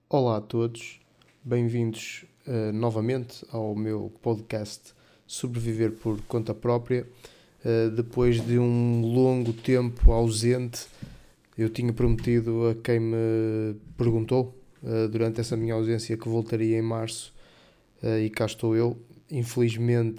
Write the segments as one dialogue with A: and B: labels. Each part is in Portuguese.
A: Olá a todos, bem-vindos novamente ao meu podcast Sobreviver por Conta Própria. Depois de um longo tempo ausente, eu tinha prometido a quem me perguntou durante essa minha ausência que voltaria em março e cá estou eu. Infelizmente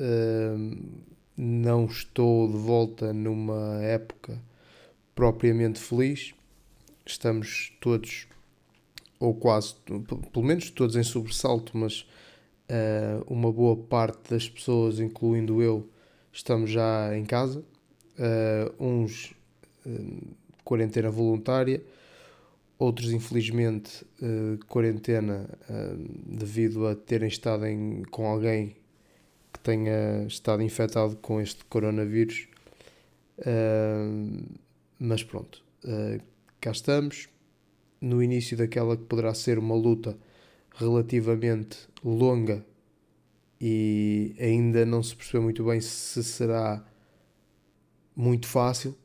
A: não estou de volta numa época propriamente feliz. Estamos todos, ou quase, pelo menos todos em sobressalto, mas uma boa parte das pessoas, incluindo eu, estamos já em casa. Uns quarentena voluntária, outros infelizmente quarentena devido a terem estado com alguém que tenha estado infectado com este coronavírus. Mas pronto, cá estamos no início daquela que poderá ser uma luta relativamente longa e ainda não se percebeu muito bem se será muito fácil.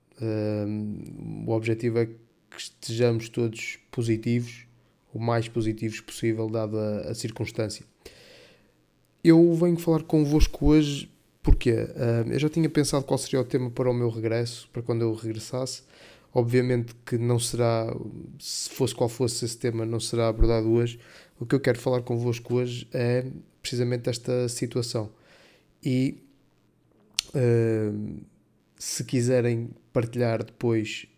A: O objetivo é que estejamos todos positivos, o mais positivos possível, dada a circunstância. Eu venho falar convosco hoje porque eu já tinha pensado qual seria o tema para o meu regresso, para quando eu regressasse. Obviamente que não será, se fosse qual fosse esse tema, não será abordado hoje. O que eu quero falar convosco hoje é precisamente esta situação. E se quiserem partilhar depois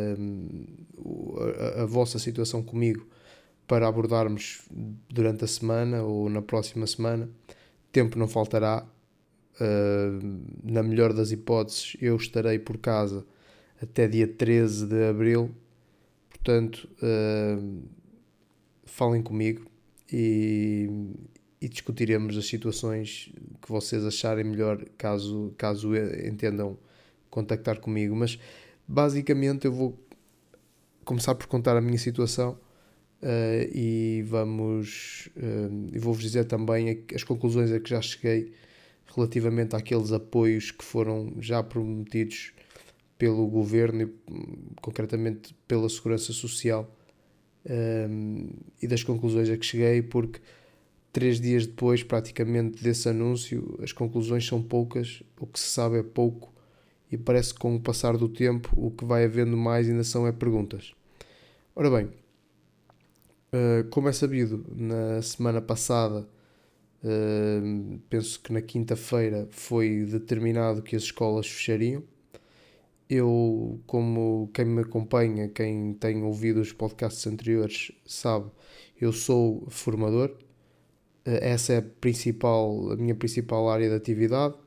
A: a vossa situação comigo para abordarmos durante a semana ou na próxima semana, tempo não faltará. Na melhor das hipóteses, eu estarei por casa até dia 13 de Abril. Portanto, falem comigo e discutiremos as situações que vocês acharem melhor, caso entendam contactar comigo. Mas basicamente eu vou começar por contar a minha situação e vou-vos dizer também as conclusões a que já cheguei relativamente àqueles apoios que foram já prometidos pelo Governo e concretamente pela Segurança Social, e das conclusões a que cheguei, porque 3 dias depois praticamente desse anúncio as conclusões são poucas, o que se sabe é pouco e parece que com o passar do tempo o que vai havendo mais ainda são perguntas. Ora bem, como é sabido, na semana passada, penso que na quinta-feira, foi determinado que as escolas fechariam. Eu, como quem me acompanha, quem tem ouvido os podcasts anteriores, sabe, eu sou formador. Essa é a minha principal área de atividade.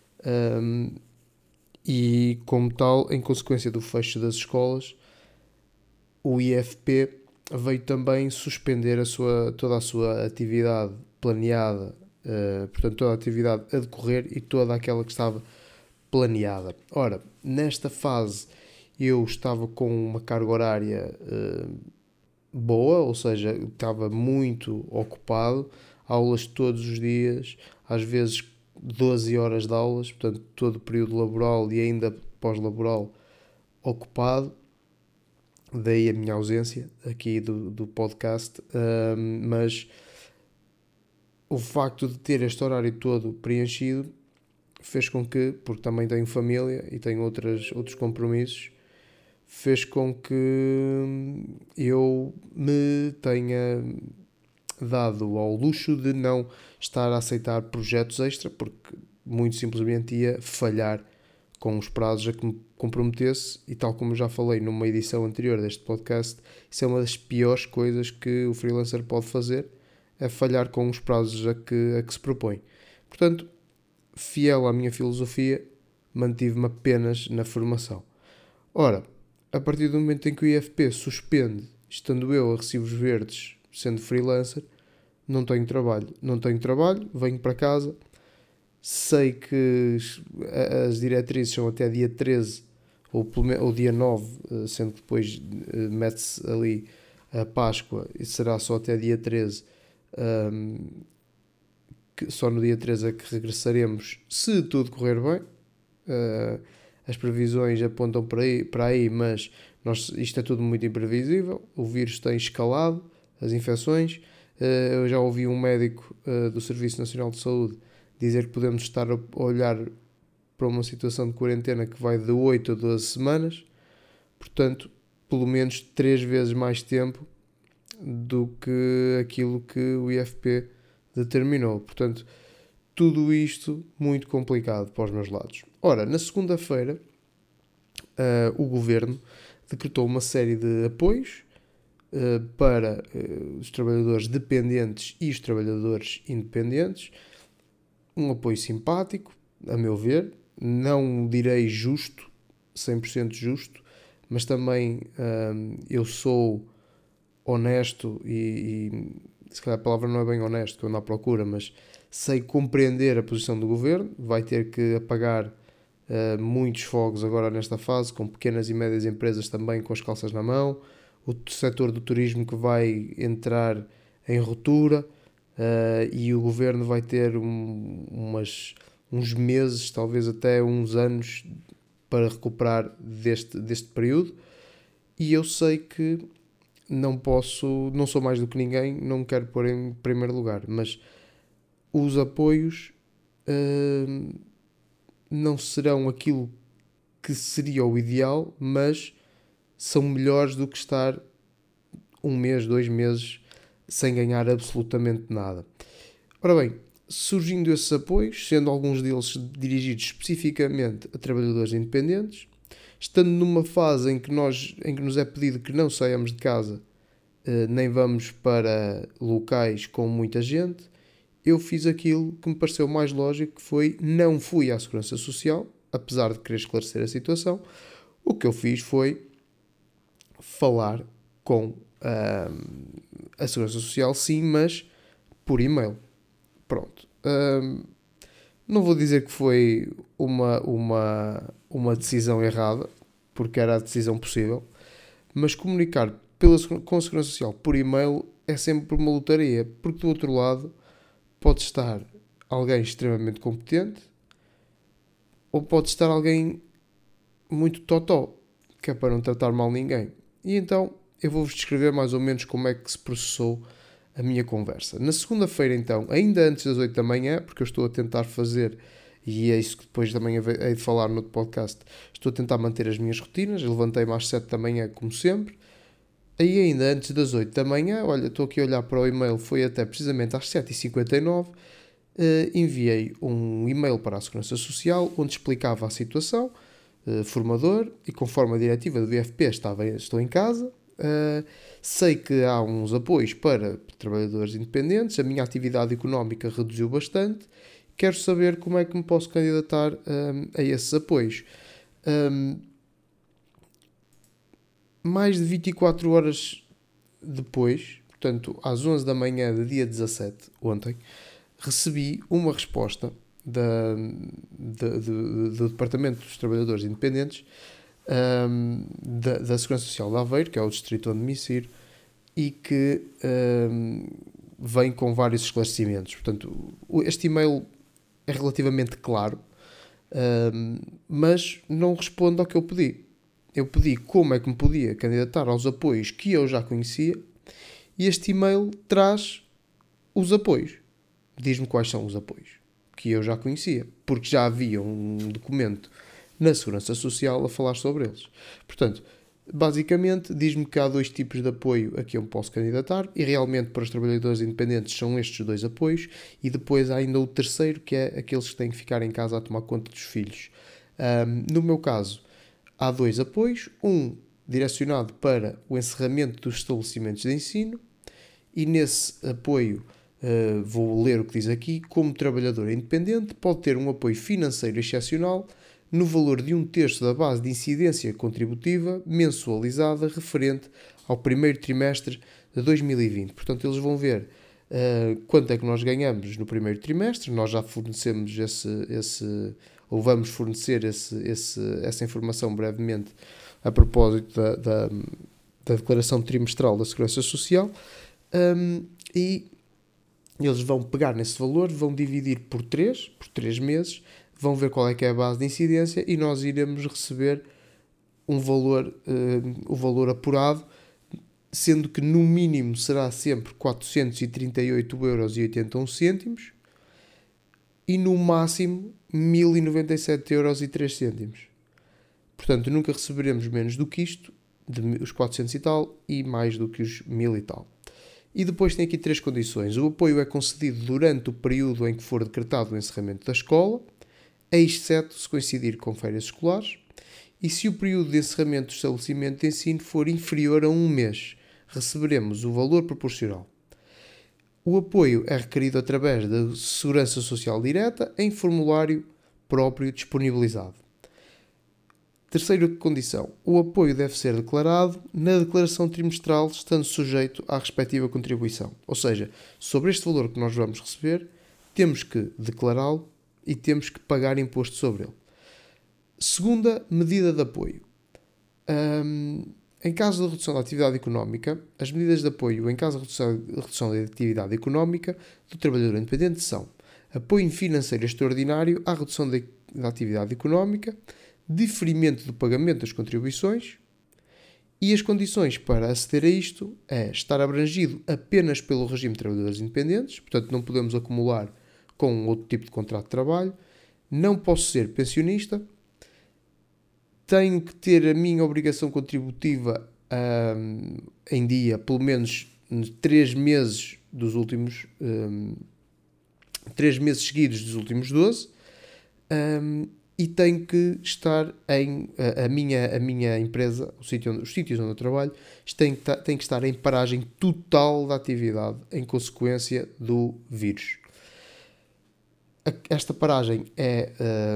A: E, como tal, em consequência do fecho das escolas, o IFP veio também suspender toda a sua atividade planeada, portanto, toda a atividade a decorrer e toda aquela que estava planeada. Ora, nesta fase eu estava com uma carga horária boa, ou seja, estava muito ocupado, aulas todos os dias, às vezes 12 horas de aulas, portanto todo o período laboral e ainda pós-laboral ocupado. Daí a minha ausência aqui do podcast, mas o facto de ter este horário todo preenchido fez com que, porque também tenho família e tenho outros compromissos, fez com que eu me tenha dado ao luxo de não estar a aceitar projetos extra, porque muito simplesmente ia falhar com os prazos a que me comprometesse, e tal como já falei numa edição anterior deste podcast, isso é uma das piores coisas que o freelancer pode fazer, é falhar com os prazos a que se propõe. Portanto, fiel à minha filosofia, mantive-me apenas na formação. Ora, a partir do momento em que o IFP suspende, estando eu a recibos verdes, sendo freelancer, não tenho trabalho, venho para casa, sei que as diretrizes são até dia 13 ou dia 9, sendo que depois mete-se ali a Páscoa e será só até dia 13, que só no dia 13 é que regressaremos, se tudo correr bem. As previsões apontam para aí, mas isto é tudo muito imprevisível. O vírus tem escalado, as infecções. Eu já ouvi um médico do Serviço Nacional de Saúde dizer que podemos estar a olhar para uma situação de quarentena que vai de 8 a 12 semanas, portanto, pelo menos 3 vezes mais tempo do que aquilo que o IFP determinou. Portanto, tudo isto muito complicado para os meus lados. Ora, na segunda-feira, o Governo decretou uma série de apoios para os trabalhadores dependentes e os trabalhadores independentes. Um apoio simpático, a meu ver, não direi justo, 100% justo, mas também eu sou honesto e se calhar a palavra não é bem honesto que eu ando à procura, mas sei compreender a posição do Governo. Vai ter que apagar muitos fogos agora nesta fase, com pequenas e médias empresas também com as calças na mão, o setor do turismo que vai entrar em ruptura, e o Governo vai ter uns meses, talvez até uns anos, para recuperar deste período. E eu sei que não sou mais do que ninguém, não me quero pôr em primeiro lugar, mas os apoios não serão aquilo que seria o ideal, mas são melhores do que estar 1 mês, 2 meses sem ganhar absolutamente nada. Ora bem, surgindo esses apoios, sendo alguns deles dirigidos especificamente a trabalhadores independentes, estando numa fase em que nos é pedido que não saiamos de casa, nem vamos para locais com muita gente, eu fiz aquilo que me pareceu mais lógico, que foi não fui à Segurança Social, apesar de querer esclarecer a situação. O que eu fiz foi falar com a Segurança Social, sim, mas por e-mail. Pronto. Não vou dizer que foi uma decisão errada, porque era a decisão possível, mas comunicar com a Segurança Social por e-mail é sempre uma lotaria, porque do outro lado pode estar alguém extremamente competente ou pode estar alguém muito totó, que é para não tratar mal ninguém. E então eu vou-vos descrever mais ou menos como é que se processou a minha conversa. Na segunda-feira, então, ainda antes das 8 da manhã, porque eu estou a tentar fazer, e é isso que depois também hei de falar no outro podcast, estou a tentar manter as minhas rotinas. Eu levantei-me às 7 da manhã, como sempre. Aí ainda antes das 8 da manhã, olha, estou aqui a olhar para o e-mail, foi até precisamente às 7h59, enviei um e-mail para a Segurança Social, onde explicava a situação, formador, e conforme a diretiva do IFP estou em casa. Sei que há uns apoios para trabalhadores independentes, a minha atividade económica reduziu bastante, quero saber como é que me posso candidatar a esses apoios. Mais de 24 horas depois, portanto às 11 da manhã do dia 17, ontem, recebi uma resposta do Departamento dos Trabalhadores Independentes, da Segurança Social de Aveiro, que é o distrito onde me insiro, e que vem com vários esclarecimentos. Portanto, este e-mail é relativamente claro, mas não responde ao que eu pedi. Eu pedi como é que me podia candidatar aos apoios que eu já conhecia, e este e-mail traz os apoios. Diz-me quais são os apoios que eu já conhecia, porque já havia um documento na Segurança Social a falar sobre eles. Portanto, basicamente, diz-me que há 2 tipos de apoio a que eu me posso candidatar, e realmente para os trabalhadores independentes são estes 2 apoios, e depois há ainda o terceiro, que é aqueles que têm que ficar em casa a tomar conta dos filhos. No meu caso, há 2 apoios, um direcionado para o encerramento dos estabelecimentos de ensino, e nesse apoio vou ler o que diz aqui: como trabalhador independente pode ter um apoio financeiro excepcional no valor de 1/3 da base de incidência contributiva mensualizada referente ao primeiro trimestre de 2020. Portanto, eles vão ver quanto é que nós ganhamos no primeiro trimestre. Nós já fornecemos ou vamos fornecer essa informação brevemente a propósito da declaração trimestral da Segurança Social, e eles vão pegar nesse valor, vão dividir por 3 meses, vão ver qual é que é a base de incidência, e nós iremos receber o valor apurado sendo que no mínimo será sempre 438,81 € e no máximo 1.097,03 €. Portanto, nunca receberemos menos do que isto, os 400 e tal, e mais do que os 1.000 e tal. E depois tem aqui 3 condições. O apoio é concedido durante o período em que for decretado o encerramento da escola, exceto se coincidir com férias escolares, e se o período de encerramento do estabelecimento de ensino for inferior a 1 mês, receberemos o valor proporcional. O apoio é requerido através da Segurança Social Direta em formulário próprio disponibilizado. Terceira condição. O apoio deve ser declarado na declaração trimestral, estando sujeito à respectiva contribuição. Ou seja, sobre este valor que nós vamos receber, temos que declará-lo e temos que pagar imposto sobre ele. Segunda medida de apoio. Em caso de redução da atividade económica, as medidas de apoio em caso de redução da atividade económica do trabalhador independente são apoio financeiro extraordinário à redução da atividade económica, diferimento do pagamento das contribuições, e as condições para aceder a isto é estar abrangido apenas pelo regime de trabalhadores independentes, portanto não podemos acumular com outro tipo de contrato de trabalho, não posso ser pensionista, tenho que ter a minha obrigação contributiva em dia, pelo menos 3 meses dos últimos 3 meses seguidos dos últimos 12, e tenho que estar em a minha empresa, os sítios onde eu trabalho, tem que estar em paragem total da atividade em consequência do vírus. Esta paragem é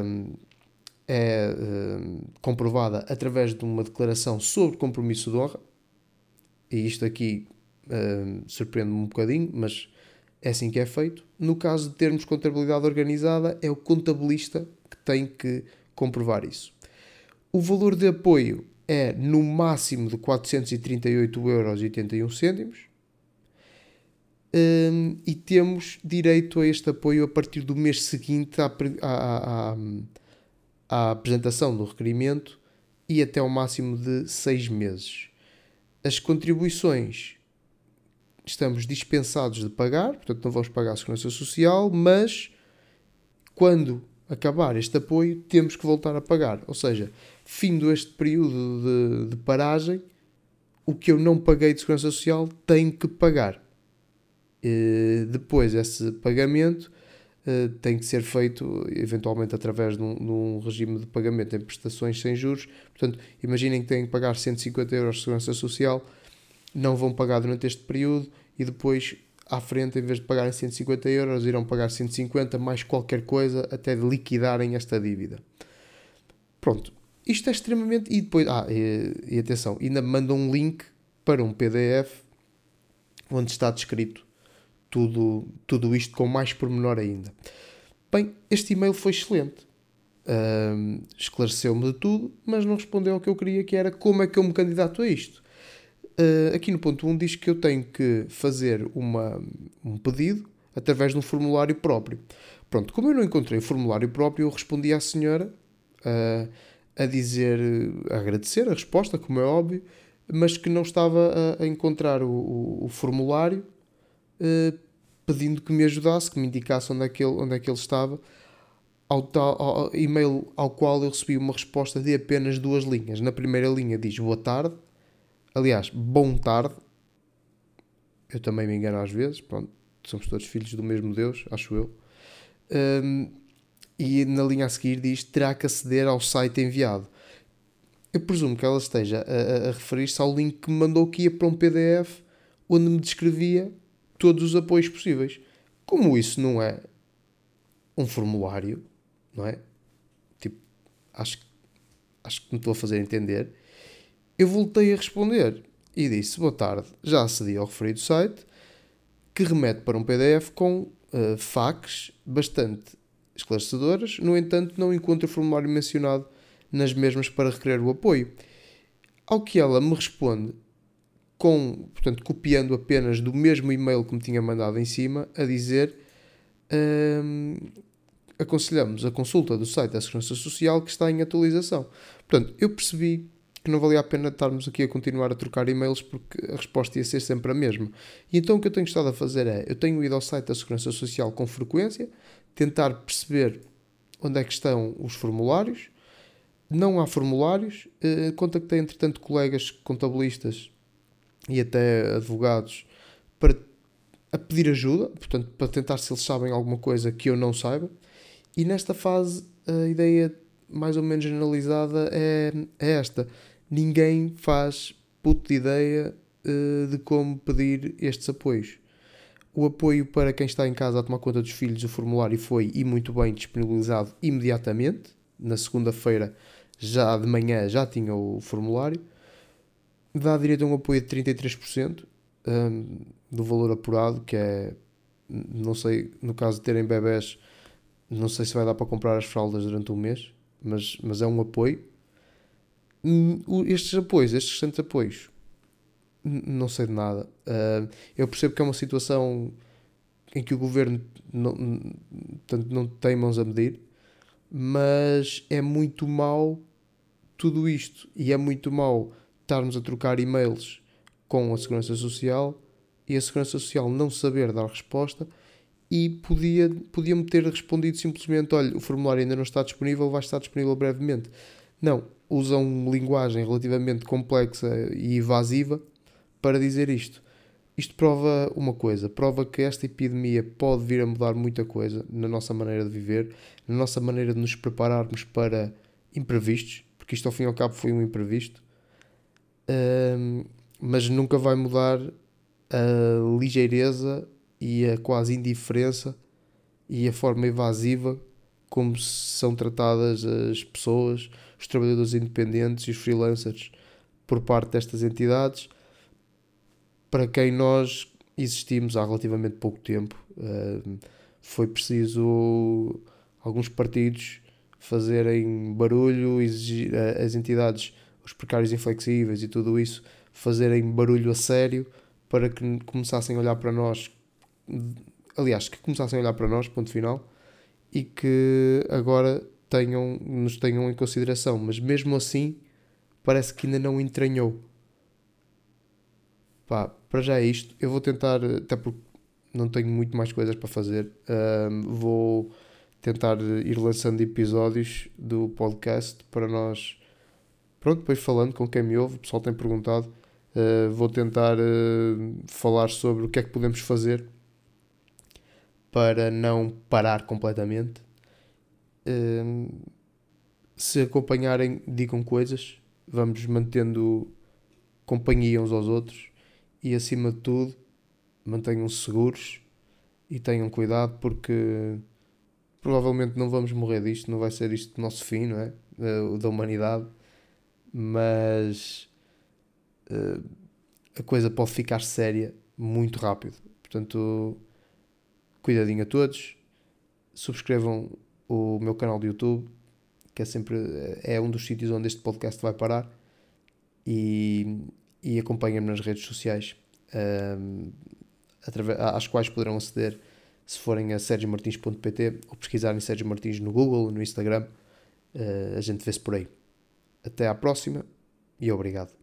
A: comprovada através de uma declaração sobre compromisso de honra, e isto aqui surpreende-me um bocadinho, mas é assim que é feito. No caso de termos contabilidade organizada, é o contabilista que tem que comprovar isso. O valor de apoio é no máximo de 438,81 €, e temos direito a este apoio a partir do mês seguinte à apresentação do requerimento e até ao máximo de 6 meses. As contribuições estamos dispensados de pagar, portanto não vamos pagar a Segurança Social, mas quando acabar este apoio temos que voltar a pagar. Ou seja, findo este período de paragem, o que eu não paguei de Segurança Social tenho que pagar. Depois esse pagamento tem que ser feito eventualmente através de um regime de pagamento em prestações sem juros. Portanto, imaginem que têm que pagar 150 € de Segurança Social, não vão pagar durante este período e depois à frente, em vez de pagarem 150 €, irão pagar 150 mais qualquer coisa até de liquidarem esta dívida. Pronto, isto é extremamente... E depois, e atenção, ainda me mandam um link para um PDF onde está descrito tudo isto com mais pormenor ainda. Bem, este e-mail foi excelente. Esclareceu-me de tudo, mas não respondeu ao que eu queria, que era como é que eu me candidato a isto. Aqui no ponto 1 diz que eu tenho que fazer um pedido através de um formulário próprio. Pronto, como eu não encontrei o formulário próprio, eu respondi à senhora a dizer, a agradecer a resposta, como é óbvio, mas que não estava a encontrar o formulário, pedindo que me ajudasse, que me indicasse onde é que ele estava, ao e-mail ao qual eu recebi uma resposta de apenas 2 linhas. Na primeira linha diz boa tarde, aliás, bom tarde, eu também me engano às vezes, pronto, somos todos filhos do mesmo Deus, acho eu, e na linha a seguir diz terá que aceder ao site enviado. Eu presumo que ela esteja a referir-se ao link que me mandou, que ia para um PDF onde me descrevia todos os apoios possíveis. Como isso não é um formulário, não é? Tipo, acho que me estou a fazer entender. Eu voltei a responder e disse, boa tarde, já acedi ao referido site, que remete para um PDF com facts bastante esclarecedoras. No entanto, não encontro o formulário mencionado nas mesmas para requerer o apoio. Ao que ela me responde, portanto, copiando apenas do mesmo e-mail que me tinha mandado em cima, a dizer aconselhamos a consulta do site da Segurança Social que está em atualização. Portanto, eu percebi que não valia a pena estarmos aqui a continuar a trocar e-mails porque a resposta ia ser sempre a mesma. E então o que eu tenho estado a fazer é, eu tenho ido ao site da Segurança Social com frequência, tentar perceber onde é que estão os formulários. Não há formulários. Contactei, entretanto, colegas contabilistas e até advogados para a pedir ajuda, portanto, para tentar se eles sabem alguma coisa que eu não saiba. E nesta fase, a ideia mais ou menos generalizada é esta. Ninguém faz puto de ideia de como pedir estes apoios. O apoio para quem está em casa a tomar conta dos filhos, o formulário foi, e muito bem, disponibilizado imediatamente. Na segunda-feira, já de manhã, já tinha o formulário. Dá direito a um apoio de 33% do valor apurado, que é, não sei, no caso de terem bebés, não sei se vai dar para comprar as fraldas durante um mês, mas é um apoio. Estes apoios, estes restantes apoios, não sei de nada. Eu percebo que é uma situação em que o governo não tem mãos a medir, mas é muito mau tudo isto. E é muito mau estarmos a trocar e-mails com a Segurança Social e a Segurança Social não saber dar resposta. E podia-me ter respondido simplesmente: olha, o formulário ainda não está disponível, vai estar disponível brevemente. Não, usam linguagem relativamente complexa e evasiva para dizer isto. Isto prova uma coisa, prova que esta epidemia pode vir a mudar muita coisa na nossa maneira de viver, na nossa maneira de nos prepararmos para imprevistos, porque isto ao fim e ao cabo foi um imprevisto, mas nunca vai mudar a ligeireza e a quase indiferença e a forma evasiva como são tratadas as pessoas, os trabalhadores independentes e os freelancers por parte destas entidades, para quem nós existimos há relativamente pouco tempo. Foi preciso alguns partidos fazerem barulho, exigir, as entidades, os precários inflexíveis e tudo isso, fazerem barulho a sério para que começassem a olhar para nós, aliás, que começassem a olhar para nós, ponto final, e que agora nos tenham em consideração, mas mesmo assim parece que ainda não entranhou. Pá, para já é isto. Eu vou tentar, até porque não tenho muito mais coisas para fazer, vou tentar ir lançando episódios do podcast para nós, pronto, depois falando com quem me ouve, o pessoal tem perguntado, vou tentar falar sobre o que é que podemos fazer para não parar completamente. Se acompanharem, digam coisas, vamos mantendo companhia uns aos outros e, acima de tudo, mantenham-se seguros e tenham cuidado, porque provavelmente não vamos morrer disto, não vai ser isto o nosso fim, não é? O da humanidade, mas a coisa pode ficar séria muito rápido. Portanto, cuidadinho a todos, subscrevam o meu canal do YouTube, que é um dos sítios onde este podcast vai parar, e acompanhem-me nas redes sociais, às quais poderão aceder se forem a sergiomartins.pt ou pesquisarem Sérgio Martins no Google, no Instagram. A gente vê-se por aí. Até à próxima e obrigado.